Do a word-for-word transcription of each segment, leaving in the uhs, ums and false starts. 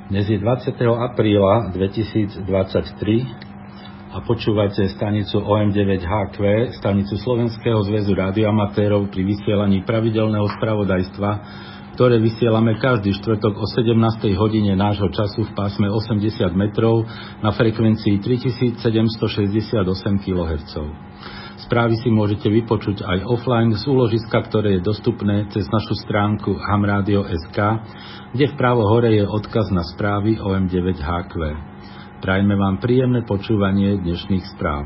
Dnes je dvadsiateho apríla dvetisícdvadsaťtri a počúvate stanicu ó em deväť há kvé, stanicu Slovenského zväzu rádioamatérov pri vysielaní pravidelného spravodajstva, ktoré vysielame každý štvrtok o sedemnástej hodine nášho času v pásme osemdesiat metrov na frekvencii tritisícsedemstošesťdesiatosem kilohertzov. Správy si môžete vypočuť aj offline z úložiska, ktoré je dostupné cez našu stránku hamradio bodka es ká, kde vpravo hore je odkaz na správy ó em deväť há kvé. Prajme vám príjemné počúvanie dnešných správ.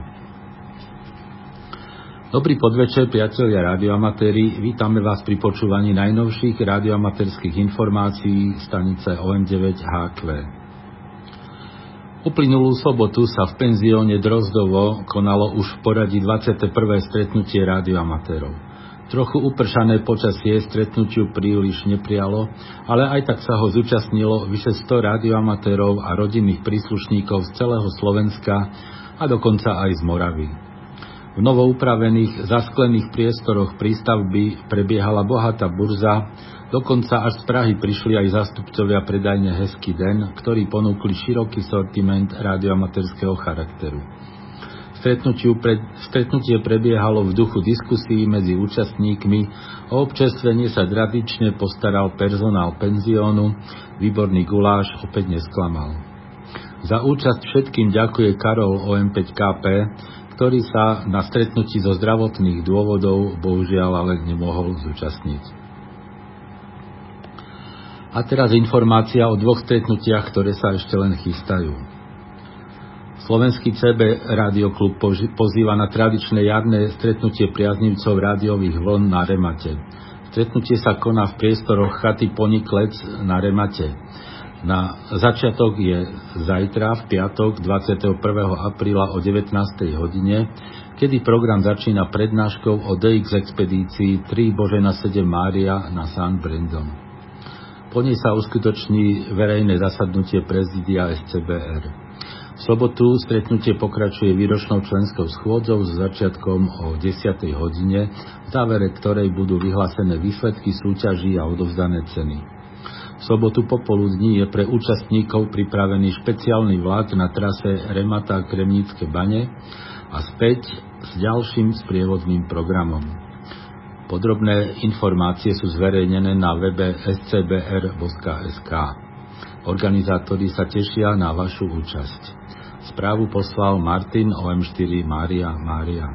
Dobrý podvečer, priatelia radioamatéri, vítame vás pri počúvaní najnovších radioamatérskych informácií stanice ó em deväť há kvé. Uplynulú sobotu sa v penzióne Drozdovo konalo už v poradí dvadsiate prvé stretnutie radioamatérov. Trochu upršané počasie stretnutiu príliš neprijalo, ale aj tak sa ho zúčastnilo vyše sto radioamatérov a rodinných príslušníkov z celého Slovenska a dokonca aj z Moravy. V novoupravených zasklených priestoroch prístavby prebiehala bohatá burza, dokonca až z Prahy prišli aj zástupcovia predajne Hezký den, ktorí ponúkli široký sortiment radioamatérskeho charakteru. Pre, stretnutie prebiehalo v duchu diskusí medzi účastníkmi, o občerstvenie sa tradične postaral personál penziónu, výborný guláš opäť nesklamal. Za účasť všetkým ďakuje Karol ó em päť ká pé, ktorý sa na stretnutí zo zdravotných dôvodov bohužiaľ ale nemohol zúčastniť. A teraz informácia o dvoch stretnutiach, ktoré sa ešte len chystajú. Slovenský cé bé Radioklub pozýva na tradičné jarné stretnutie priaznivcov rádiových vln na Remate. Stretnutie sa koná v priestoroch chaty Poniklec na Remate. Na začiatok je zajtra, v piatok, dvadsiateho prvého apríla o devätnástej hodine, kedy program začína prednáškou o dé iks expedícii tri Božena sedem Mária na San Brandon. Po nej sa uskutoční verejné zasadnutie prezidia es cé bé er. V sobotu stretnutie pokračuje výročnou členskou schôdzou s začiatkom o desiatej hodine, v závere ktorej budú vyhlásené výsledky súťaží a odovzdané ceny. V sobotu popoludní je pre účastníkov pripravený špeciálny vlak na trase Remata Kremnícke Bane a späť s ďalším sprievodným programom. Podrobné informácie sú zverejnené na webe es cé bé er bodka es ká. Organizátori sa tešia na vašu účasť. Správu poslal Martin ó em štyri Mária Mária.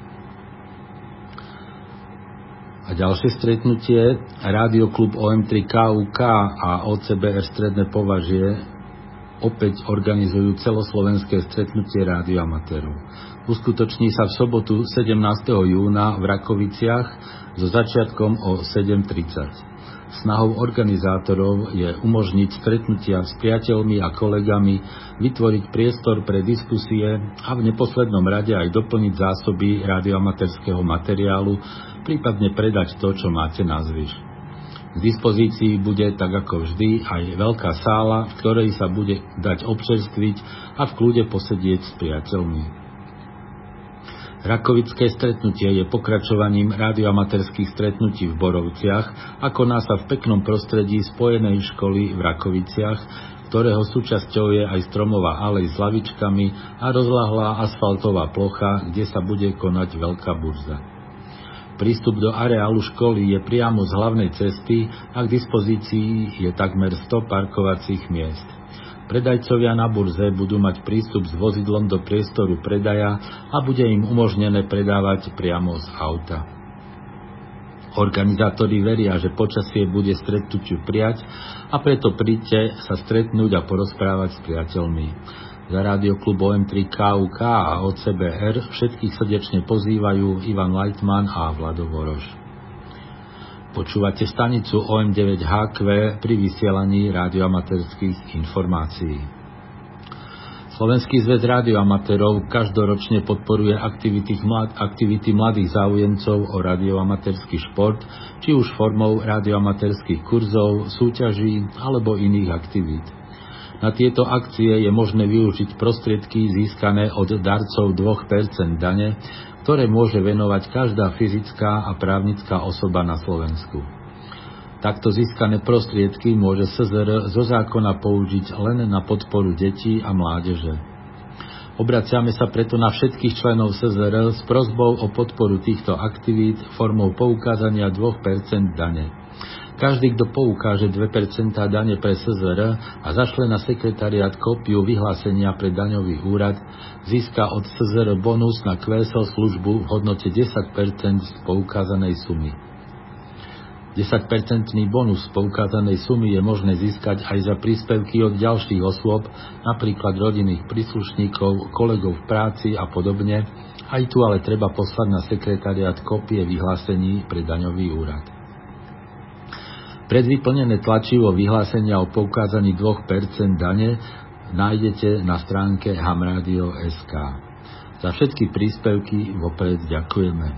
A ďalšie stretnutie, Radioklub ó em tri ká ú ká a ó cé bé er Stredné Považie opäť organizujú celoslovenské stretnutie radioamatérov. Uskutoční sa v sobotu sedemnásteho júna v Rakoviciach so začiatkom o sedem tridsať. Snahou organizátorov je umožniť stretnutia s priateľmi a kolegami, vytvoriť priestor pre diskusie a v neposlednom rade aj doplniť zásoby radioamatérskeho materiálu, prípadne predať to, čo máte nazvyš. K dispozícii bude, tak ako vždy, aj veľká sála, v ktorej sa bude dať občerstviť a v kľude posedieť s priateľmi. Rakovické stretnutie je pokračovaním radioamatérskych stretnutí v Borovciach a koná sa v peknom prostredí spojenej školy v Rakoviciach, ktorého súčasťou je aj stromová alej s lavičkami a rozľahlá asfaltová plocha, kde sa bude konať veľká burza. Prístup do areálu školy je priamo z hlavnej cesty a k dispozícii je takmer sto parkovacích miest. Predajcovia na burze budú mať prístup s vozidlom do priestoru predaja a bude im umožnené predávať priamo z auta. Organizátori veria, že počasie bude stretnutiu prijať a preto príďte sa stretnúť a porozprávať s priateľmi. Za Radioklub ó em tri ká ú ká a ó cé bé er všetkých srdečne pozývajú Ivan Leitman a Vlado Voroš. Počúvate stanicu ó em deväť há kvé pri vysielaní radioamatérskych informácií. Slovenský zväz radioamatérov každoročne podporuje aktivity, mlad, aktivity mladých záujemcov o radioamatérsky šport, či už formou radioamatérskych kurzov, súťaží alebo iných aktivít. Na tieto akcie je možné využiť prostriedky získané od darcov dva percentá dane, ktoré môže venovať každá fyzická a právnická osoba na Slovensku. Takto získané prostriedky môže es zet er zo zákona použiť len na podporu detí a mládeže. Obraciame sa preto na všetkých členov es zet er s prosbou o podporu týchto aktivít formou poukázania dva percentá dane. Každý, kto poukáže dve percentá dane pre es zet er a zašle na sekretariát kópiu vyhlásenia pre daňový úrad, získa od es zet er bonus na kvé es el službu v hodnote desať percent z poukázanej sumy. desaťpercentný bonus z poukázanej sumy je možné získať aj za príspevky od ďalších osôb, napríklad rodinných príslušníkov, kolegov v práci a podobne. Aj tu ale treba poslať na sekretariát kópie vyhlásení pre daňový úrad. Predvyplnené tlačivo vyhlásenia o poukázaní dva percentá dane nájdete na stránke hamradio bodka es ká. Za všetky príspevky vopred ďakujeme.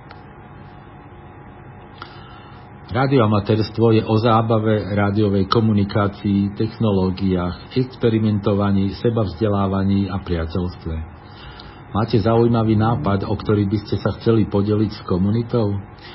Radioamatérstvo je o zábave, rádiovej komunikácii, technológiách, experimentovaní, sebavzdelávaní a priateľstve. Máte zaujímavý nápad, o ktorý by ste sa chceli podeliť s komunitou?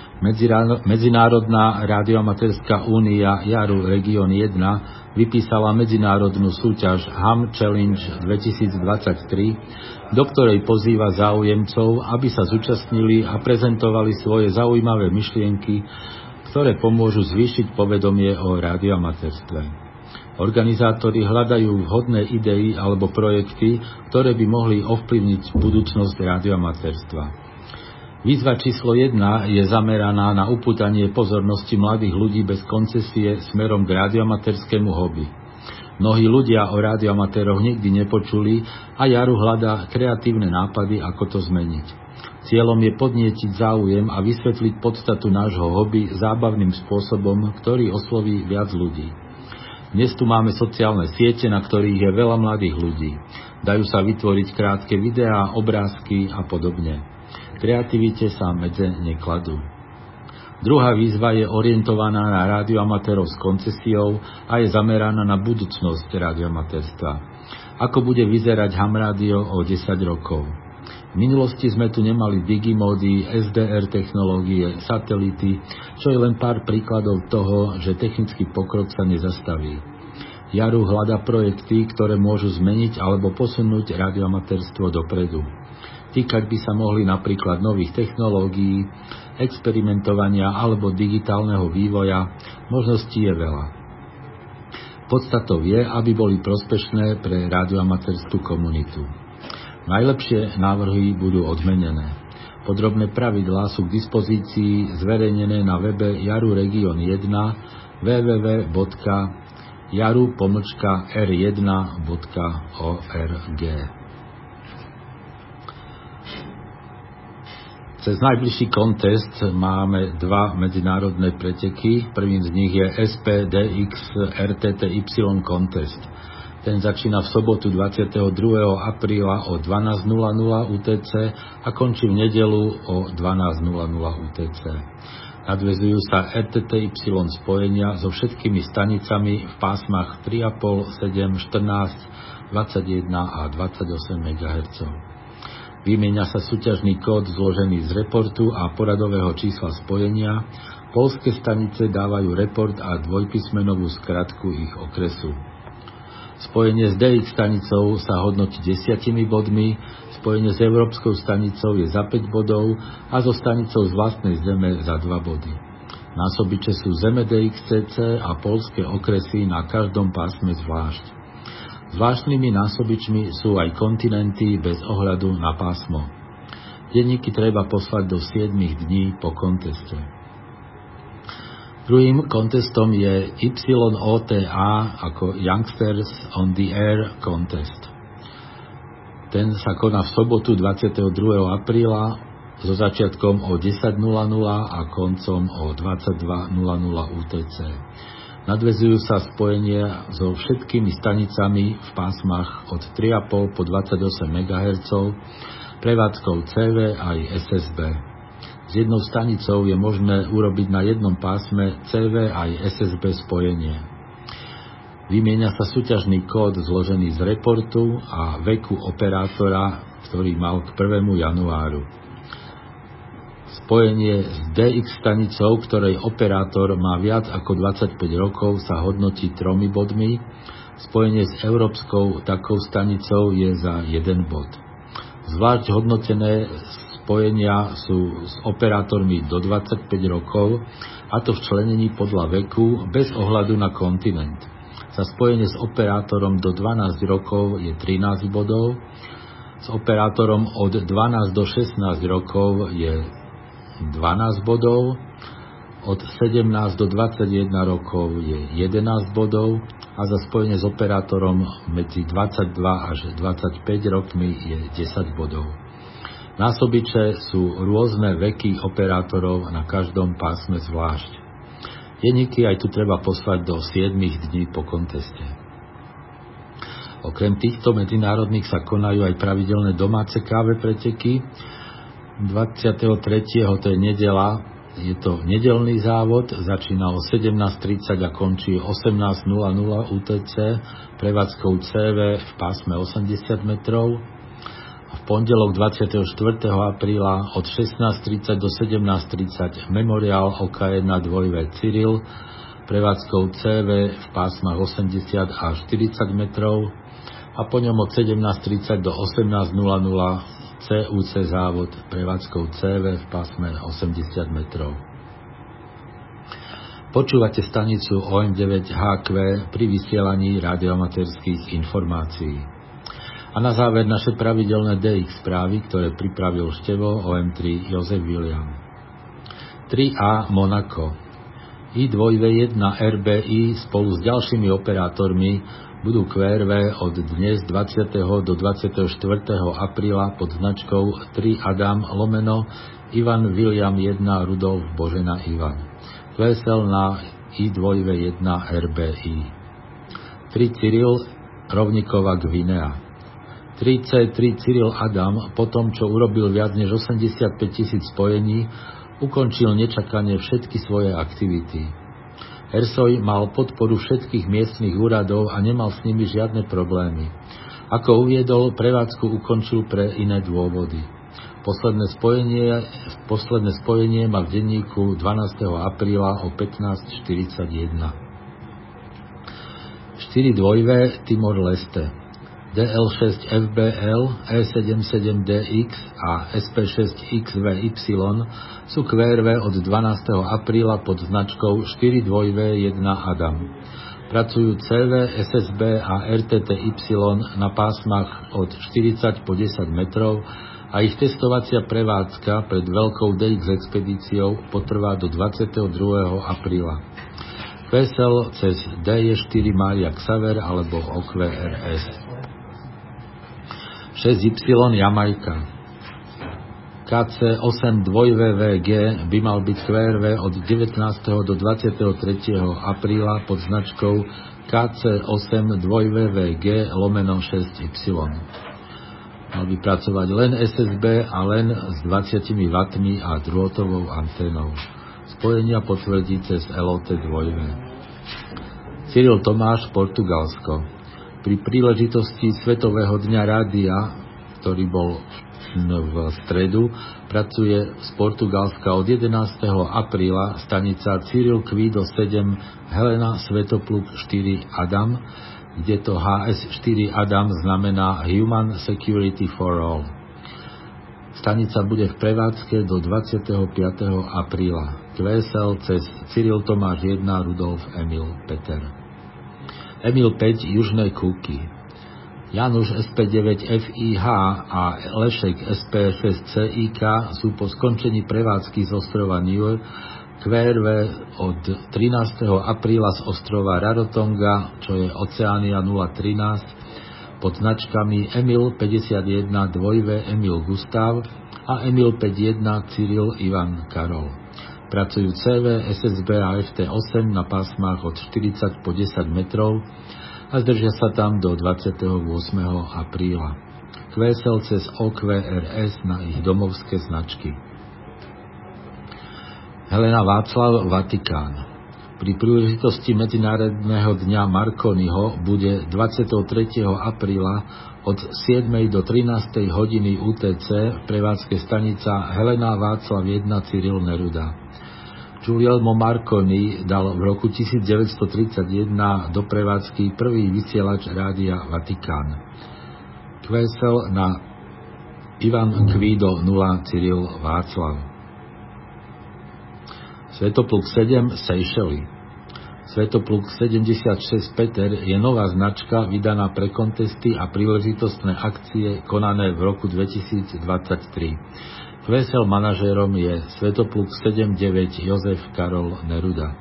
Medzinárodná radioamatérska únia Jaru Region jeden vypísala medzinárodnú súťaž Ham Challenge dvetisícdvadsaťtri, do ktorej pozýva záujemcov, aby sa zúčastnili a prezentovali svoje zaujímavé myšlienky, ktoré pomôžu zvýšiť povedomie o radioamatérstve. Organizátori hľadajú vhodné idei alebo projekty, ktoré by mohli ovplyvniť budúcnosť radioamatérstva. Výzva číslo jedna je zameraná na upútanie pozornosti mladých ľudí bez koncesie smerom k radioamatérskému hobby. Mnohí ľudia o radioamatéroch nikdy nepočuli a Jaru hľadá kreatívne nápady, ako to zmeniť. Cieľom je podnietiť záujem a vysvetliť podstatu nášho hobby zábavným spôsobom, ktorý osloví viac ľudí. Dnes tu máme sociálne siete, na ktorých je veľa mladých ľudí. Dajú sa vytvoriť krátke videá, obrázky a podobne. Kreativite sa medze nekladú. Druhá výzva je orientovaná na radioamatérov s koncesiou a je zameraná na budúcnosť radioamatérstva. Ako bude vyzerať Ham rádio o desať rokov? V minulosti sme tu nemali digimódy, es dé er technológie, satelity, čo je len pár príkladov toho, že technický pokrok sa nezastaví. Jaru hľada projekty, ktoré môžu zmeniť alebo posunúť radioamatérstvo dopredu. Týkať by sa mohli napríklad nových technológií, experimentovania alebo digitálneho vývoja, možností je veľa. Podstatou je, aby boli prospešné pre radioamatérskú komunitu. Najlepšie návrhy budú odmenené. Podrobné pravidlá sú k dispozícii zverejnené na webe Jaru Region jeden w w w bodka jaru pomlčka er jeden bodka org. Cez najbližší kontest máme dva medzinárodné preteky. Prvým z nich je es pé dé iks er té té ypsilon Contest. Ten začína v sobotu dvadsiateho druhého apríla o dvanásť nula nula ú té cé a končí v nedeľu o dvanásť nula nula ú té cé. Nadväzujú sa er té té ypsilon spojenia so všetkými stanicami v pásmach tri a pol, sedem, štrnásť, dvadsaťjeden a dvadsaťosem megahertzov. Vymieňa sa súťažný kód zložený z reportu a poradového čísla spojenia. Poľské stanice dávajú report a dvojpísmenovú skratku ich okresu. Spojenie s dé iks stanicou sa hodnotí desiatimi bodmi, spojenie s európskou stanicou je za päť bodov a so stanicou z vlastnej zeme za dva body. Násobiče sú zeme dé iks cé cé a poľské okresy na každom pásme zvlášť. Zvláštnymi násobičmi sú aj kontinenty bez ohľadu na pásmo. Denníky treba poslať do siedmich dní po konteste. Druhým kontestom je ypsilon ó té á ako Youngsters on the Air Contest. Ten sa koná v sobotu dvadsiateho druhého apríla so začiatkom o desať nula nula a koncom o dvadsaťdva nula nula ú té cé. Nadväzujú sa spojenia so všetkými stanicami v pásmach od tri a pol po dvadsaťosem megahertzov, prevádzkou cé vé aj es es bé. S jednou stanicou je možné urobiť na jednom pásme cé vé aj es es bé spojenie. Vymieňa sa súťažný kód zložený z reportu a veku operátora, ktorý mal k prvému januáru. Spojenie s dé iks stanicou, ktorej operátor má viac ako dvadsaťpäť rokov, sa hodnotí tromi bodmi. Spojenie s európskou takou stanicou je za jeden bod. Zvlášť hodnotené spojenia sú s operátormi do dvadsaťpäť rokov, a to v členení podľa veku bez ohľadu na kontinent. Za spojenie s operátorom do dvanásť rokov je trinásť bodov, s operátorom od dvanásť do šestnásť rokov je dvanásť bodov, od sedemnásť do dvadsaťjeden rokov je jedenásť bodov a za spojenie s operátorom medzi dvadsaťdva až dvadsaťpäť rokmi je desať bodov. Násobiče sú rôzne veky operátorov na každom pásme zvlášť. Denníky aj tu treba poslať do siedmich dní po konteste. Okrem týchto medzinárodných sa konajú aj pravidelné domáce ká vé preteky. dvadsiateho tretieho to je nedeľa, je to nedeľný závod, začína o sedemnásť tridsať a končí osemnásť nula nula ú té cé prevádzkou cé vé v pásme osemdesiat metrov. V pondelok dvadsiateho štvrtého apríla od šestnásť tridsať do sedemnásť tridsať memoriál ó ká jeden dva vé Cyril prevádzkou cé vé v pásmach osemdesiat a štyridsať metrov a po ňom od sedemnásť tridsať do osemnásť nula nula cé ú cé závod prevádzkou cé vé v pásme osemdesiat metrov. Počúvate stanicu ó em deväť há kvé pri vysielaní radioamatérskych informácií. A na záver naše pravidelné dé iks správy, ktoré pripravil števo ó em tri Jozef William. tri á Monako. í dva vé jeden er bé í spolu s ďalšími operátormi budú kvé er vé od dnes dvadsiateho do dvadsiateho štvrtého apríla pod značkou tri Adam lomeno Ivan William jeden Rudolf Božena Ivan. kvé es el na í dva vé jeden er bé í. tri Cyril Rovníková Gvinea. tri cé tri Cyril Adam po tom, čo urobil viac než osemdesiatpäť tisíc spojení, ukončil nečakane všetky svoje aktivity. Hersoj mal podporu všetkých miestnych úradov a nemal s nimi žiadne problémy. Ako uviedol, prevádzku ukončil pre iné dôvody. Posledné spojenie, posledné spojenie má v denníku dvanásteho apríla o pätnásť štyridsaťjeden. štyri dva vé Timor Leste. dé el šesť ef bé el, é sedemdesiatsedem dé iks a es pé šesť iks vé ypsilon sú kvé er vé od dvanásteho apríla pod značkou štyri dva vé jeden Adam. Pracujú cé vé, es es bé a er té té ypsilon na pásmach od štyridsať po desať metrov a ich testovacia prevádzka pred veľkou dé iks expedíciou potrvá do dvadsiateho druhého apríla. kvé es el cez dé jé štyri Mária Xaver alebo ó kvé er es. šesť ypsilon Jamajka. ká cé osem dva vé vé gé by mal byť kvé er vé od devätnásteho do dvadsiateho tretieho apríla pod značkou ká cé osem dva vé vé gé lomeno šesť ypsilon. Mal by pracovať len es es bé a len s dvadsiatimi wattmi a drôtovou anténou. Spojenia potvrdí cez el ó té dva vé. Cyril Tomáš, Portugalsko. Pri príležitosti Svetového dňa rádia, ktorý bol v stredu, pracuje z Portugalska od jedenásteho apríla stanica Cyril Kvído sedem Helena Svetopluk štyri Adam, kde to há es štyri Adam znamená Human Security for All. Stanica bude v prevádzke do dvadsiateho piateho apríla. kvé es el cez Cyril Tomáš jeden Rudolf Emil Peter. Emil päť Južné Kúky. Januš es pé deväť ef í há a Lešek es pé šesť cé í ká sú po skončení prevádzky z ostrova New York kvé er vé od trinásteho apríla z ostrova Rarotonga, čo je Oceánia nula trinásť, pod značkami Emil päťdesiatjeden dva vé Emil Gustav a Emil päťdesiatjeden Cyril Ivan Karol. Pracujú cé vé, es es bé a ef té osem na pásmach od štyridsať po desať metrov a zdržia sa tam do dvadsiateho ôsmeho apríla. kvé es el cez ó kvé er es na ich domovské značky. Helena Václav, Vatikán. Pri príležitosti Medzinárodného dňa Marconiho bude dvadsiateho tretieho apríla od siedmej do trinástej hodiny ú té cé v prevádzke stanica Helena Václav jeden Cyril Neruda. Guglielmo Marconi dal v roku devätnásťstotridsaťjeden do prevádzky prvý vysielač Rádia Vatikán. Kvésel na Ivan Kvído nula Cyril Václav. Svetopluk sedem Seychely. Svetopluk sedemdesiatšesť Peter je nová značka vydaná pre kontesty a príležitostné akcie konané v roku dvetisícdvadsaťtri. Kvésel manažérom je Svetopluk sedem deväť Jozef Karol Neruda.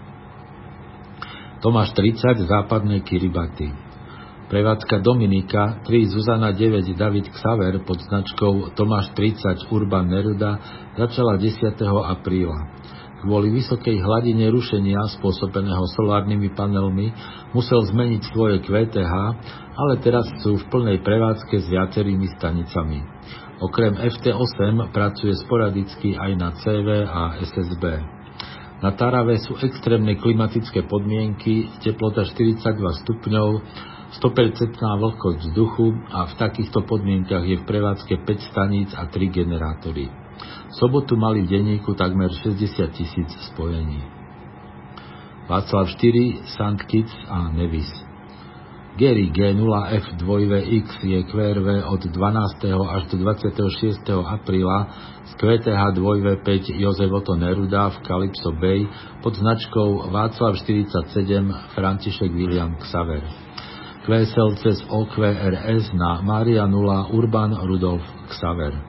Tomáš tridsať Západné Kiribati. Prevádzka Dominika tri Zuzana deväť David Xaver pod značkou Tomáš tridsať Urban Neruda začala desiateho apríla. Kvôli vysokej hladine rušenia spôsobeného solárnymi panelmi musel zmeniť svoje kvé té há, ale teraz sú v plnej prevádzke s viacerými stanicami. Okrem ef té osem pracuje sporadicky aj na cé vé a es es bé. Na Tarave sú extrémne klimatické podmienky, teplota štyridsaťdva stupňov, sto percent vlhkosť vzduchu a v takýchto podmienkach je v prevádzke päť staníc a tri generátory. V sobotu mali v denníku takmer šesťdesiat tisíc spojení. Václav štyri, Saint Kitts a Nevis. Gary G nula F dva vé X je kvé er vé od dvanásteho až do dvadsiateho šiesteho apríla z kvé té há dva vé päť Jozef Otto Neruda v Calypso Bay pod značkou Václav štyridsaťsedem František William Xaver. kvé es el cez ó kvé er es na Mária nula Urban Rudolf Xaver.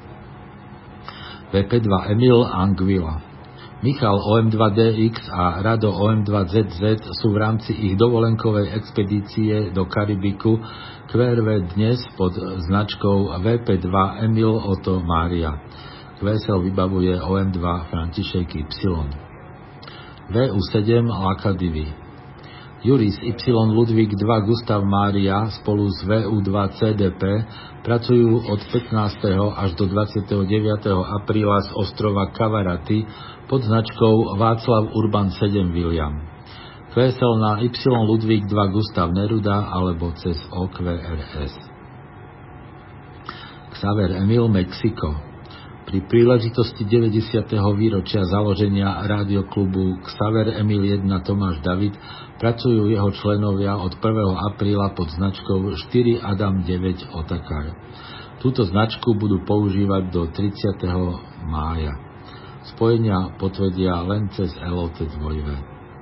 vé pé dva Emil Anguilla. Michal ó em dva dé iks a Rado ó em dva zet zet sú v rámci ich dovolenkovej expedície do Karibiku kvé er vé dnes pod značkou vé pé dva Emil Otto Mária. kvé es el vybavuje ó em dva František Y. vé ú sedem Lakadivy. Juris Y Ludvík dva Gustav Mária spolu s vé ú dva cé dé pé pracujú od pätnásteho až do dvadsiateho deviateho apríla z ostrova Kavaraty pod značkou Václav Urban sedem William. kvé es el na Y Ludvík dva Gustav Neruda alebo cez ó kvé er es. Xaver Emil Mexiko. Pri príležitosti deväťdesiateho výročia založenia rádioklubu Xaver Emil jeden Tomáš David pracujú jeho členovia od prvého apríla pod značkou štyri Adam deväť Otakar. Túto značku budú používať do tridsiateho mája. Spojenia potvrdia len cez el ó té dva vé.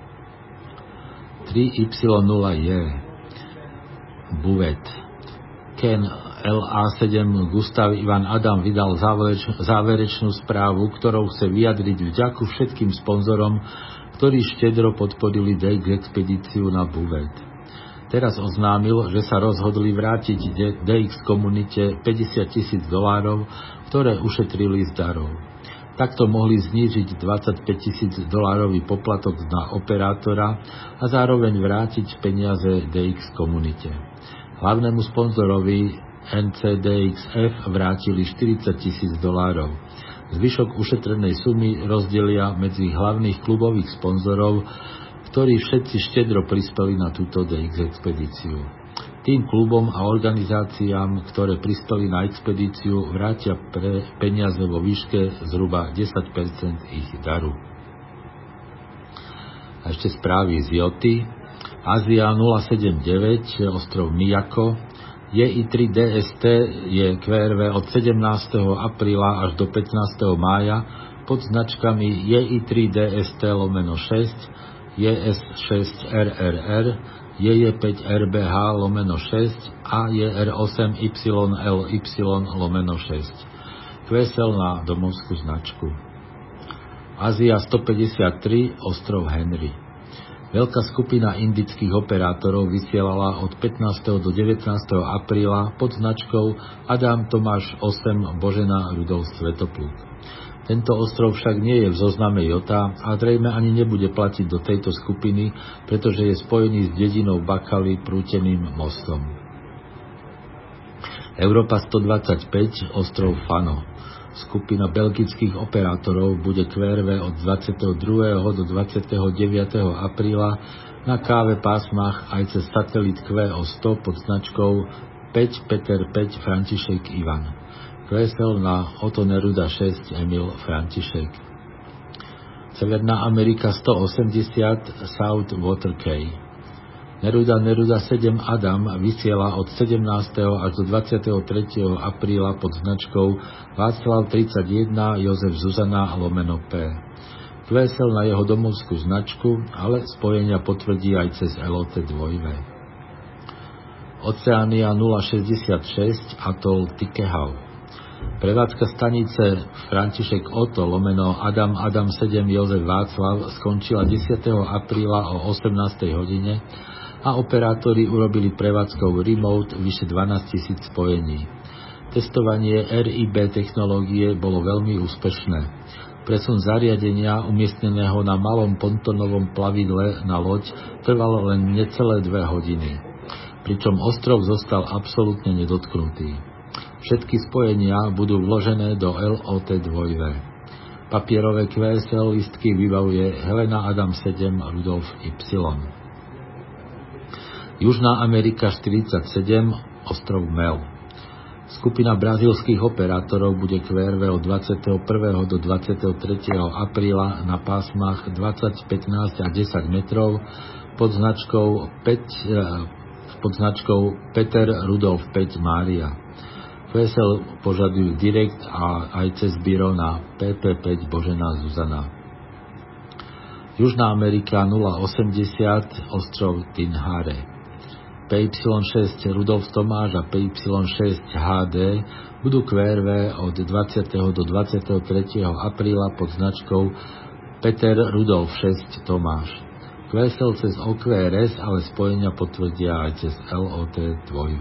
tri Y nula J Buvet. Ken el á sedem Gustav Ivan Adam vydal závereč, záverečnú správu, ktorou chce vyjadriť vďaku všetkým sponzorom, ktorí štedro podporili dé iks expedíciu na Buvet. Teraz oznámil, že sa rozhodli vrátiť dé iks komunite päťdesiat tisíc dolárov, ktoré ušetrili z darov. Takto mohli znížiť dvadsaťpäť tisíc dolárový poplatok na operátora a zároveň vrátiť peniaze dé iks komunite. Hlavnému sponzorovi en cé dé iks ef vrátili štyridsať tisíc dolárov. Zvyšok ušetrenej sumy rozdelia medzi hlavných klubových sponzorov, ktorí všetci štedro prispeli na túto dé iks expedíciu. Tým klubom a organizáciám, ktoré prispeli na expedíciu, vrátia pre peniaze vo výške zhruba desať percent ich daru. A ešte správy z Joty. Ázia nula sedem deväť, ostrov Mijako. jé í tri dé es té je kvé er vé od sedemnásteho apríla až do pätnásteho mája pod značkami jé í tri dé es té lomeno šesť, jé es šesť er er er, jé jé päť er bé há lomeno šesť a jé er osem ypsilon el ypsilon lomeno šesť. kvé es el na domovskú značku. Ázia stopäťdesiattri, ostrov Henry. Veľká skupina indických operátorov vysielala od pätnásteho do devätnásteho apríla pod značkou Adam Tomáš osem Božena Rudolf Svetopluk. Tento ostrov však nie je v zozname Jota a zrejme ani nebude platiť do tejto skupiny, pretože je spojený s dedinou Bakaly prúteným mostom. Európa stodvadsaťpäť, ostrov Fano. Skupina belgických operátorov bude Q R V od dvadsiateho druhého do dvadsiateho deviateho apríla na ká vé pásmach aj cez satelit Q O sto pod značkou päť Peter päť František Ivan. Q S L na Otto Neruda šesť Emil František. Severná Amerika stoosemdesiat South Water Key. Neruda Neruda sedem Adam vysiela od sedemnásteho až do dvadsiateho tretieho apríla pod značkou Václav tridsaťjeden Jozef Zuzana lomeno P. Q S L na jeho domovskú značku, ale spojenia potvrdí aj cez L O T dva V. Oceánia nula šesťdesiatšesť Atol Tikehau. Prevádzka stanice František Otto lomeno Adam Adam sedem Jozef Václav skončila desiateho apríla o osemnástej hodine a operátori urobili prevádzkou remote vyše dvanásťtisíc spojení. Testovanie R I B technológie bolo veľmi úspešné. Presun zariadenia umiestneného na malom pontonovom plavidle na loď trval len necelé dve hodiny, pričom ostrov zostal absolútne nedotknutý. Všetky spojenia budú vložené do L O T dva V. Papierové Q S L listky vybavuje Helena Adam sedem Rudolf Y. Južná Amerika štyridsaťsedem Ostrov Mel. Skupina brazílskych operátorov bude Q R V od dvadsiateho prvého do dvadsiateho tretieho apríla na pásmach dvadsať, pätnásť a desať metrov pod značkou, päť, pod značkou Peter Rudolf päť Mária. Q S L požadujú direkt a aj cez biro na P P päť Božena Zuzana. Južná Amerika nula osemdesiat Ostrov Tinhare. P Y šesť Rudolf Tomáš a P Y šesť H D budú Q R V od dvadsiateho do dvadsiateho tretieho apríla pod značkou Peter Rudolf šesť Tomáš. Q S L cez O Q R S, ale spojenia potvrdia aj cez L O T dva V.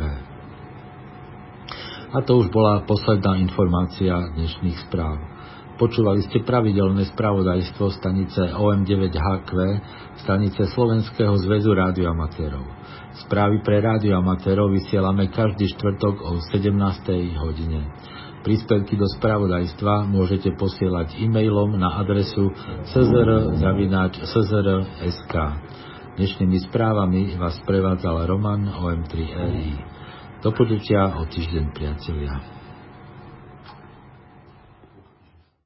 A to už bola posledná informácia dnešných správ. Počúvali ste pravidelné spravodajstvo stanice O M deväť H Q, stanice Slovenského zväzu rádioamatérov. Správy pre rádioamatérov vysielame každý štvrtok o sedemnástej hodine. Príspevky do spravodajstva môžete posielať e-mailom na adresu s z r zavináč s z r bodka es ká. Dnešnými správami vás prevádzal Roman O M tri R I. Do počutia o týždeň, priatelia.